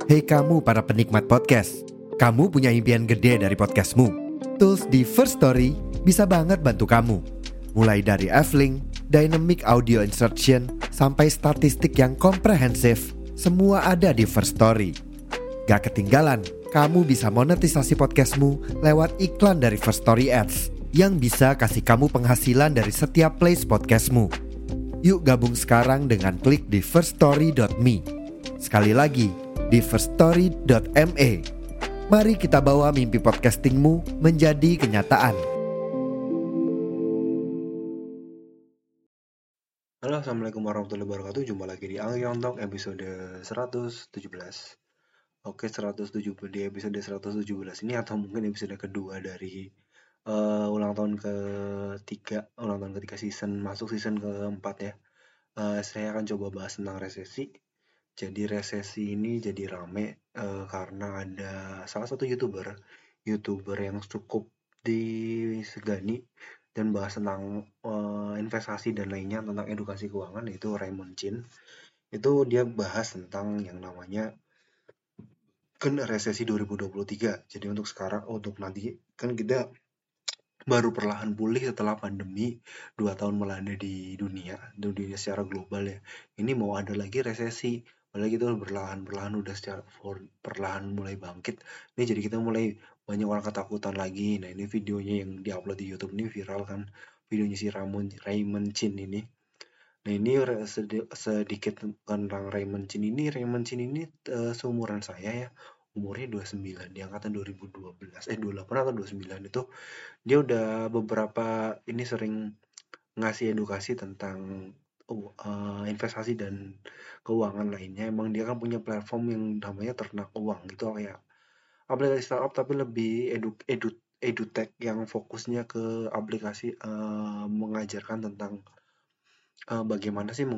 Hei kamu para penikmat podcast, kamu punya impian gede dari podcastmu. Tools di First Story bisa banget bantu kamu. Mulai dari F-Link, Dynamic Audio Insertion, sampai statistik yang komprehensif, semua ada di First Story. Gak ketinggalan, kamu bisa monetisasi podcastmu lewat iklan dari First Story Ads yang bisa kasih kamu penghasilan dari setiap place podcastmu. Yuk gabung sekarang dengan klik di firststory.me. Sekali lagi, di firststory.me. Mari kita bawa mimpi podcastingmu menjadi kenyataan. Halo, assalamualaikum warahmatullahi wabarakatuh. Jumpa lagi di Angyong Talk episode 117. Oke, 117 di episode 117 ini, atau mungkin episode kedua dari ulang tahun ketiga season, masuk season keempat ya. Saya akan coba bahas tentang resesi. Jadi resesi ini jadi rame karena ada salah satu youtuber yang cukup disegani dan bahas tentang investasi dan lainnya, tentang edukasi keuangan, yaitu Raymond Chin. Itu dia bahas tentang yang namanya kan resesi 2023. Jadi untuk nanti kan kita baru perlahan pulih setelah pandemi 2 tahun melanda di dunia secara global ya. Ini mau ada lagi resesi, padahal kita perlahan-perlahan udah secara perlahan mulai bangkit. Ini jadi kita mulai banyak orang ketakutan lagi. Nah, ini videonya yang diupload di YouTube ini viral kan, videonya si Raymond Chin ini. Nah, ini sedikit tentang Raymond Chin ini. Raymond Chin ini seumuran saya ya. Umurnya 29, di angkatan 2012, 28 atau 29 itu. Dia udah beberapa ini sering ngasih edukasi tentang investasi dan keuangan lainnya. Emang dia kan punya platform yang namanya Ternak Uang, gitu kayak aplikasi startup tapi lebih edutech yang fokusnya ke aplikasi mengajarkan tentang bagaimana sih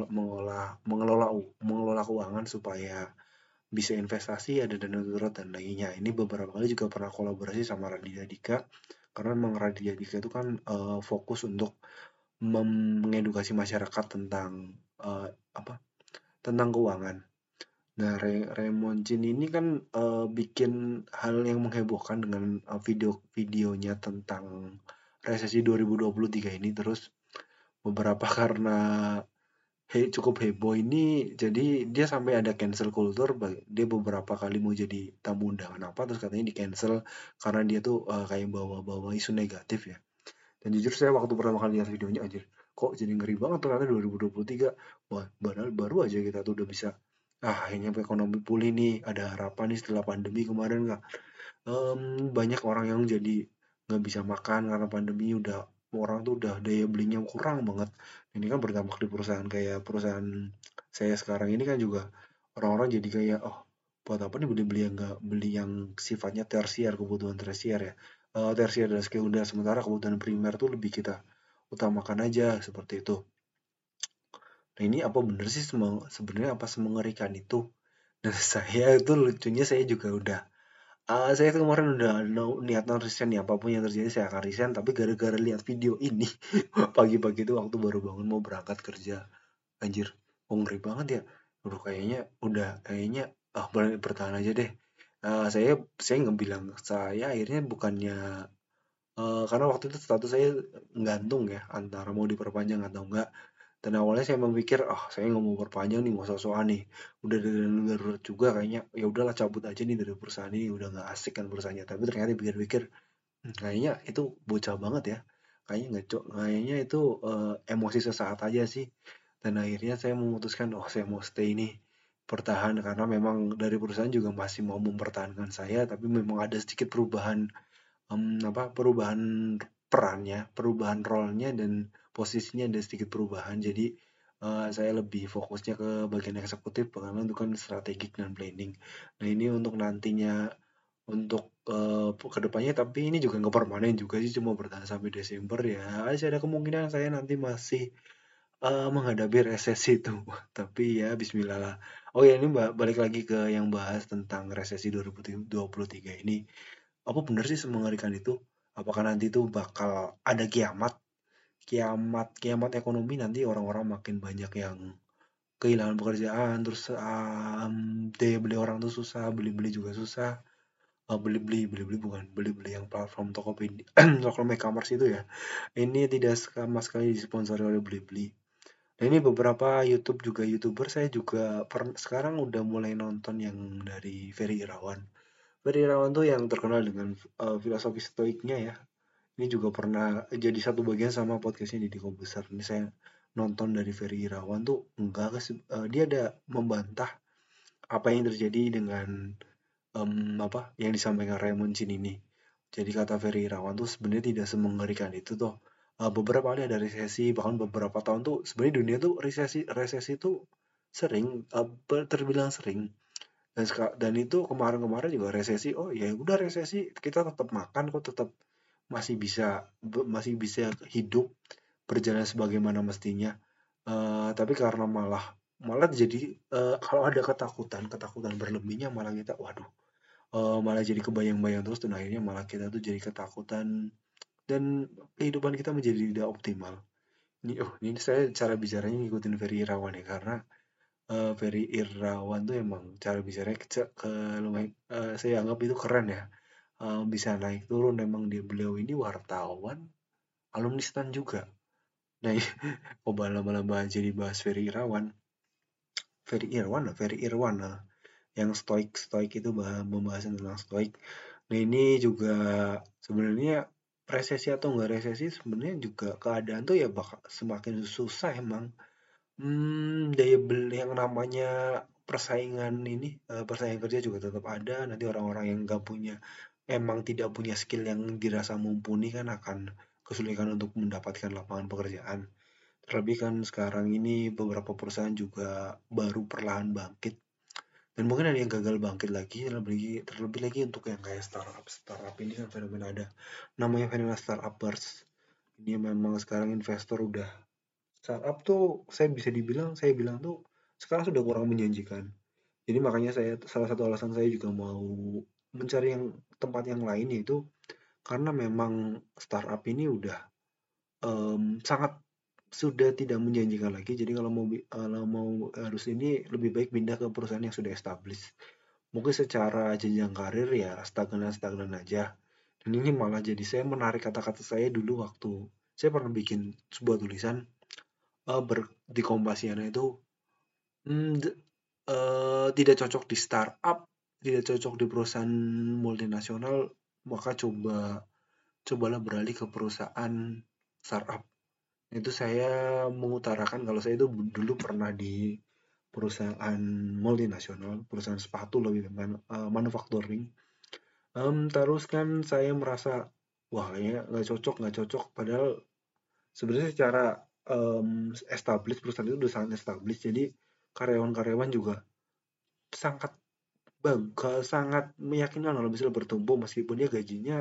mengelola keuangan supaya bisa investasi, ada dana darurat dan lainnya. Ini beberapa kali juga pernah kolaborasi sama Raditya Dika, karena memang Raditya Dika itu kan fokus untuk mengedukasi masyarakat tentang tentang keuangan. Nah, Raymond Chin ini kan bikin hal yang menghebohkan dengan videonya tentang resesi 2023 ini. Terus beberapa karena cukup heboh ini, jadi dia sampai ada cancel culture. Dia beberapa kali mau jadi tamu undangan apa, terus katanya di cancel karena dia tuh kayak bawa isu negatif ya. Dan jujur saya waktu pertama kali lihat videonya, anjir, kok jadi ngeri banget ternyata 2023. Wah, baru aja kita tuh udah bisa akhirnya ekonomi pulih nih, ada harapan nih setelah pandemi kemarin. Nggak banyak orang yang jadi nggak bisa makan karena pandemi, orang tuh udah daya belinya kurang banget. Ini kan berdampak di perusahaan kayak perusahaan saya sekarang ini kan juga, orang-orang jadi kayak, oh, buat apa nih beli yang sifatnya tersier, kebutuhan tersier ya. Tersier dan sekunder, sementara kebutuhan primer tuh lebih kita utamakan aja, seperti itu. Nah, ini apa bener sih sebenarnya apa semengerikan itu? Dan saya itu lucunya, saya juga udah saya kemarin udah niat resign nih, apapun yang terjadi saya akan resign, tapi gara-gara lihat video ini pagi-pagi itu waktu baru bangun mau berangkat kerja, anjir, ngeri banget ya. Kayaknya bertahan aja deh. Saya nggak bilang, saya akhirnya bukannya karena waktu itu status saya gantung ya, antara mau diperpanjang atau enggak. Dan awalnya saya memikir, saya nggak mau perpanjang nih, mau sosokan nih. Udah ada dana darurat juga, kayaknya ya udahlah cabut aja nih dari perusahaan ini, udah nggak asik kan perusahaannya. Tapi ternyata pikir-pikir, kayaknya itu bocah banget ya. Kayaknya itu emosi sesaat aja sih. Dan akhirnya saya memutuskan, saya mau stay nih, bertahan, karena memang dari perusahaan juga masih mau mempertahankan saya, tapi memang ada sedikit perubahan, perubahan perannya, perubahan role-nya, dan posisinya ada sedikit perubahan. Jadi saya lebih fokusnya ke bagian eksekutif, bagaimana itu kan strategik dan planning. Nah, ini untuk nantinya, untuk kedepannya, tapi ini juga nggak permanen juga sih, cuma bertahan sampai Desember ya. Ada kemungkinan saya nanti masih menghadapi resesi itu. Tapi ya bismillah lah. Oh ya, ini balik lagi ke yang bahas tentang resesi 2023 ini. Apa benar sih semengerikan itu? Apakah nanti itu bakal ada kiamat? Kiamat ekonomi, nanti orang-orang makin banyak yang kehilangan pekerjaan, terus daya beli orang tuh susah, beli-beli juga susah. Beli-beli bukan, beli-beli yang platform Tokopedia, toko e-commerce itu ya. Ini tidak sama sekali disponsori oleh Blibli. Nah ini beberapa YouTube juga YouTuber saya juga sekarang udah mulai nonton yang dari Ferry Irawan. Ferry Irawan tuh yang terkenal dengan filosofi stoiknya ya. Ini juga pernah jadi satu bagian sama podcastnya Deddy Kobuser. Ini saya nonton dari Ferry Irawan tuh enggak dia ada membantah apa yang terjadi dengan apa yang disampaikan Raymond Chin ini. Jadi kata Ferry Irawan tuh sebenarnya tidak semengerikan itu tuh. Beberapa kali ada resesi, bahkan beberapa tahun tuh sebenarnya dunia tuh resesi resesi tuh sering, terbilang sering. Dan itu kemarin-kemarin juga resesi. Oh ya udah resesi, kita tetap makan kok, tetap masih bisa hidup berjalan sebagaimana mestinya. Tapi karena malah malah jadi kalau ada ketakutan berlebihnya malah kita waduh, malah jadi kebayang-bayang terus dan akhirnya malah kita tuh jadi ketakutan dan kehidupan kita menjadi tidak optimal. Ini saya cara bicaranya ngikutin Ferry Irawan ya karena Ferry Irawan tuh emang cara bicaranya lumayan, saya anggap itu keren ya. Bisa naik turun emang beliau ini wartawan, alumni STAN juga. Nah, kok lama-lama jadi bahas Ferry Irawan. Ferry Irwan lah, yang stoik itu pembahasan tentang stoik. Nah ini juga sebenarnya resesi atau enggak resesi sebenarnya juga keadaan tuh ya bakal semakin susah emang. Daya beli yang namanya persaingan ini, persaingan kerja juga tetap ada. Nanti orang-orang yang nggak punya, emang tidak punya skill yang dirasa mumpuni kan akan kesulitan untuk mendapatkan lapangan pekerjaan. Terlebih kan sekarang ini beberapa perusahaan juga baru perlahan bangkit dan mungkin ada yang gagal bangkit lagi, terlebih lagi untuk yang kayak startup ini kan fenomena ada namanya fenomena startup burst. Ini memang sekarang investor udah startup tuh saya bilang tuh sekarang sudah kurang menjanjikan. Jadi makanya salah satu alasan saya juga mau mencari yang tempat yang lain yaitu karena memang startup ini udah sangat sudah tidak menjanjikan lagi. Jadi kalau mau harus ini lebih baik pindah ke perusahaan yang sudah established. Mungkin secara jenjang karir ya stagnan-stagnan aja. Dan ini malah jadi saya menarik kata-kata saya dulu waktu saya pernah bikin sebuah tulisan di Kompasiana itu tidak cocok di startup, tidak cocok di perusahaan multinasional, maka cobalah beralih ke perusahaan startup. Itu saya mengutarakan kalau saya itu dulu pernah di perusahaan multinasional, perusahaan sepatu lebih manufacturing. Terus kan saya merasa wah kayaknya nggak cocok. Padahal sebenarnya secara established perusahaan itu udah sangat established. Jadi karyawan-karyawan juga sangat sangat meyakinkan kalau bisa bertumbuh meskipun dia gajinya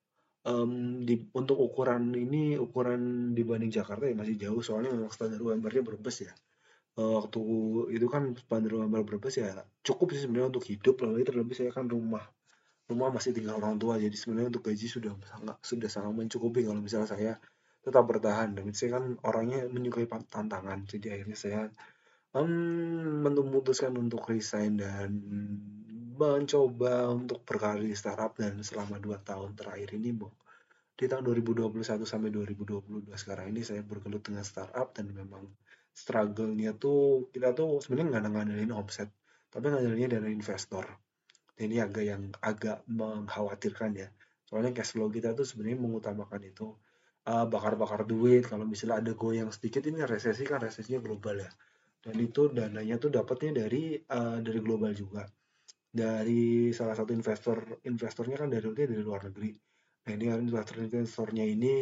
untuk ukuran dibanding Jakarta ya masih jauh soalnya memang standar UMR-nya Brebes ya. Waktu itu kan standar UMR Brebes ya cukup sih sebenarnya untuk hidup, lalu terlebih saya kan rumah rumah masih tinggal orang tua jadi sebenarnya untuk gaji sudah sangat mencukupi kalau misalnya saya tetap bertahan dan saya kan orangnya menyukai tantangan jadi akhirnya saya memutuskan untuk resign dan mencoba untuk berkarir di startup dan selama 2 tahun terakhir ini di tahun 2021 sampai 2022 sekarang ini saya bergelut dengan startup dan memang struggle-nya tuh kita tuh sebenarnya nggak ngandelin omset tapi ngandelinnya dari investor. Ini agak mengkhawatirkan ya. Soalnya cash flow kita tuh sebenarnya mengutamakan itu bakar-bakar duit. Kalau misalnya ada goyang sedikit ini resesi kan resesinya global ya. Dan itu dananya tuh dapatnya dari global juga. Dari salah satu investornya kan dari luar negeri. Nah ini investornya ini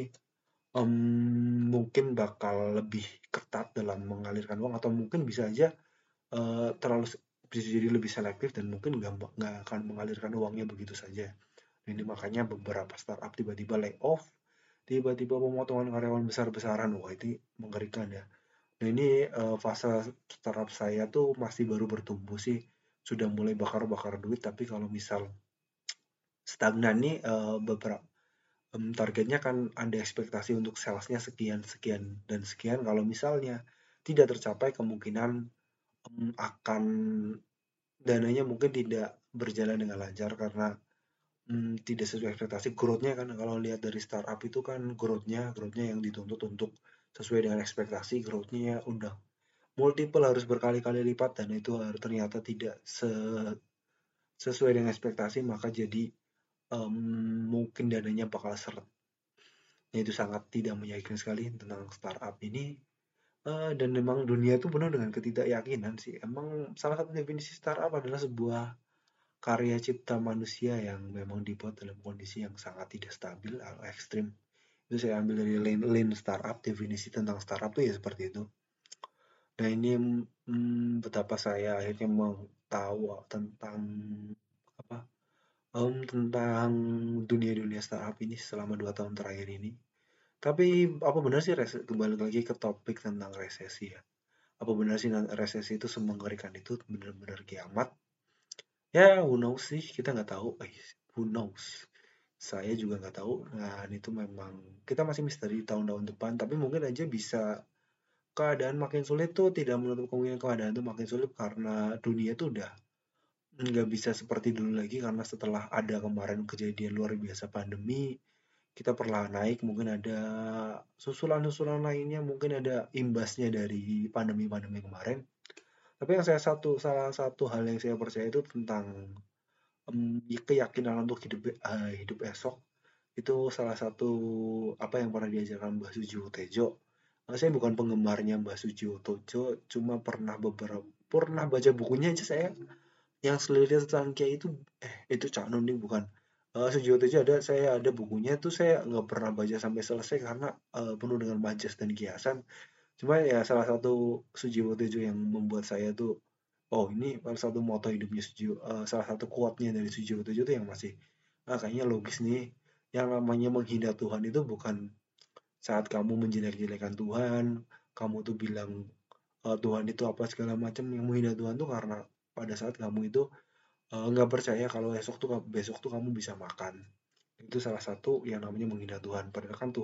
mungkin bakal lebih ketat dalam mengalirkan uang atau mungkin bisa aja terlalu bisa jadi lebih selektif dan mungkin nggak akan mengalirkan uangnya begitu saja. Ini makanya beberapa startup tiba-tiba layoff, tiba-tiba pemotongan karyawan besar-besaran. Wah itu mengerikan ya. Nah ini fase startup saya tuh masih baru bertumbuh sih. Sudah mulai bakar-bakar duit, tapi kalau misal stagnan nih beberapa targetnya kan ada ekspektasi untuk salesnya sekian, sekian, dan sekian. Kalau misalnya tidak tercapai kemungkinan akan dananya mungkin tidak berjalan dengan lancar karena tidak sesuai ekspektasi. Growth-nya kan kalau lihat dari startup itu kan growth-nya yang dituntut untuk sesuai dengan ekspektasi, growth-nya udah multiple harus berkali-kali lipat dan itu ternyata tidak sesuai dengan ekspektasi, maka jadi mungkin dananya bakal seret. Nah, itu sangat tidak meyakinkan sekali tentang startup ini. Dan memang dunia itu penuh dengan ketidakyakinan sih. Emang salah satu definisi startup adalah sebuah karya cipta manusia yang memang dibuat dalam kondisi yang sangat tidak stabil atau ekstrim. Itu saya ambil dari Lean Startup, definisi tentang startup tuh ya seperti itu. Nah ini betapa saya akhirnya mau tahu tentang apa tentang dunia-dunia startup ini selama 2 tahun terakhir ini. Tapi apa benar sih kembali lagi ke topik tentang resesi ya? Apa benar sih resesi itu semengerikan itu benar-benar kiamat? Ya, who knows sih, kita nggak tahu. Who knows? Saya juga nggak tahu. Nah, itu memang kita masih misteri tahun-tahun depan. Tapi mungkin aja bisa keadaan makin sulit tuh tidak menutup kemungkinan keadaan tuh makin sulit karena dunia tuh udah nggak bisa seperti dulu lagi karena setelah ada kemarin kejadian luar biasa pandemi, kita perlahan naik, mungkin ada susulan-susulan lainnya, mungkin ada imbasnya dari pandemi-pandemi kemarin. Tapi yang salah satu hal yang saya percaya itu tentang keyakinan untuk hidup esok itu salah satu apa yang pernah diajarkan Mbah Sujiwo Tejo. Saya bukan penggemarnya Mbah Sujiwo Tejo, cuma pernah baca bukunya aja saya yang Selirnya tentang Kiai itu Cak Nun nih bukan. Sujiwo Tejo saya ada bukunya tuh saya nggak pernah baca sampai selesai karena penuh dengan majas dan kiasan. Cuma ya salah satu Sujiwo Tejo yang membuat saya tuh, oh ini salah satu moto hidupnya salah satu quote-nya dari Sujiwo Tejo tuh yang masih, kayaknya logis nih. Yang namanya menghina Tuhan itu bukan saat kamu menjelek-jelekan Tuhan, kamu tuh bilang Tuhan itu apa segala macam. Yang menghina Tuhan tuh karena pada saat kamu itu nggak percaya kalau besok tuh kamu bisa makan. Itu salah satu yang namanya menghina Tuhan. Padahal kan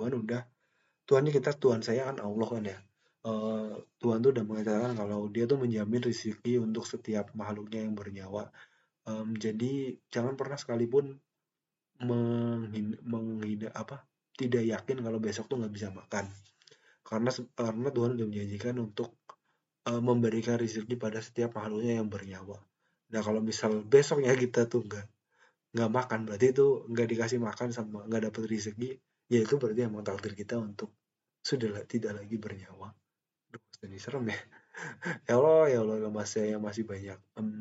Tuhan saya kan Allah kan ya. Tuhan tuh udah mengatakan kalau dia tuh menjamin rezeki untuk setiap makhluknya yang bernyawa. Jadi jangan pernah sekalipun menghina apa tidak yakin kalau besok tuh nggak bisa makan. Karena Tuhan udah menjanjikan untuk memberikan rezeki pada setiap makhluknya yang bernyawa. Nah kalau misal besoknya kita tuh nggak makan, berarti itu nggak dikasih makan sama nggak dapat rezeki, ya itu berarti emang takdir kita untuk sudah tidak lagi bernyawa. Duh, jadi serem ya. Ya Allah, masih banyak.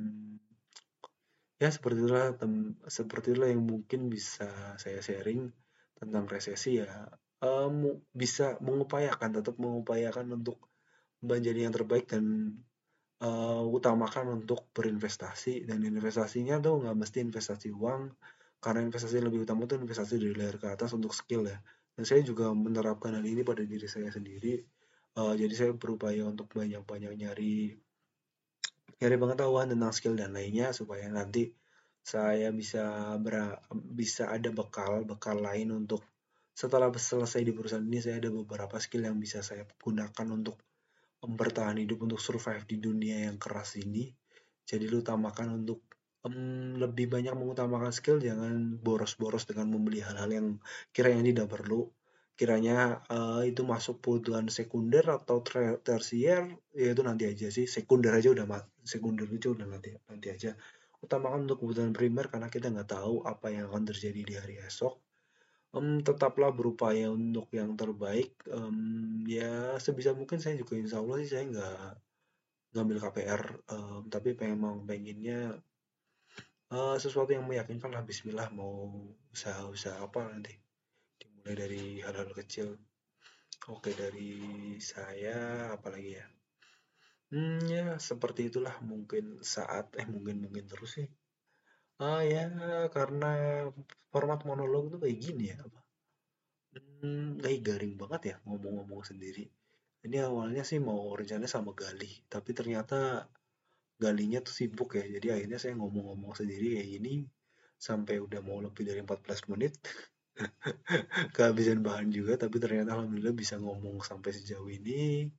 Ya seperti itulah yang mungkin bisa saya sharing tentang resesi ya. Bisa tetap mengupayakan untuk menjadi yang terbaik dan utamakan untuk berinvestasi dan investasinya tuh nggak mesti investasi uang karena investasi yang lebih utama tuh investasi dari leher ke atas untuk skill ya. Dan saya juga menerapkan hal ini pada diri saya sendiri. Jadi saya berupaya untuk banyak-banyak nyari pengetahuan tentang skill dan lainnya supaya nanti saya bisa ada bekal lain untuk setelah selesai di perusahaan ini saya ada beberapa skill yang bisa saya gunakan untuk bertahan hidup untuk survive di dunia yang keras ini. Jadi lu utamakan untuk lebih banyak mengutamakan skill, jangan boros-boros dengan membeli hal-hal yang kiranya tidak perlu. Kiranya itu masuk kebutuhan sekunder atau tersier, ya itu nanti aja sih. Sekunder itu udah nanti aja. Utamakan untuk kebutuhan primer karena kita nggak tahu apa yang akan terjadi di hari esok. Tetaplah berupaya untuk yang terbaik. Ya sebisa mungkin saya juga insya Allah sih saya nggak ngambil KPR, tapi pengennya sesuatu yang meyakinkan lah. Bismillah mau usaha-usaha apa nanti dimulai dari hal-hal kecil. Oke dari saya apalagi ya. Ya seperti itulah mungkin mungkin mungkin terus sih. Ya karena format monolog tuh kayak gini ya. Kayak garing banget ya ngomong-ngomong sendiri. Ini awalnya sih mau rencananya sama Galih, tapi ternyata Galinya tuh sibuk ya. Jadi akhirnya saya ngomong-ngomong sendiri kayak gini sampai udah mau lebih dari 14 menit. Kehabisan bahan juga, tapi ternyata alhamdulillah bisa ngomong sampai sejauh ini.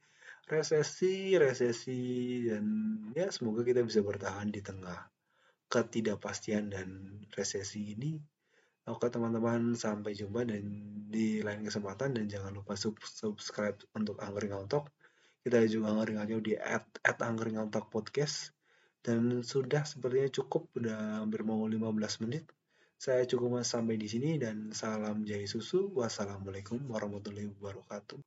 resesi dan ya semoga kita bisa bertahan di tengah ketidakpastian dan resesi ini. Oke teman-teman, sampai jumpa dan di lain kesempatan, dan jangan lupa subscribe untuk Angkring Talk. Kita juga Angkring di @Angkring Talk Podcast. Dan sudah sepertinya cukup, udah hampir mau 15 menit. Saya cukup sampai di sini dan salam jahe susu. Wassalamualaikum warahmatullahi wabarakatuh.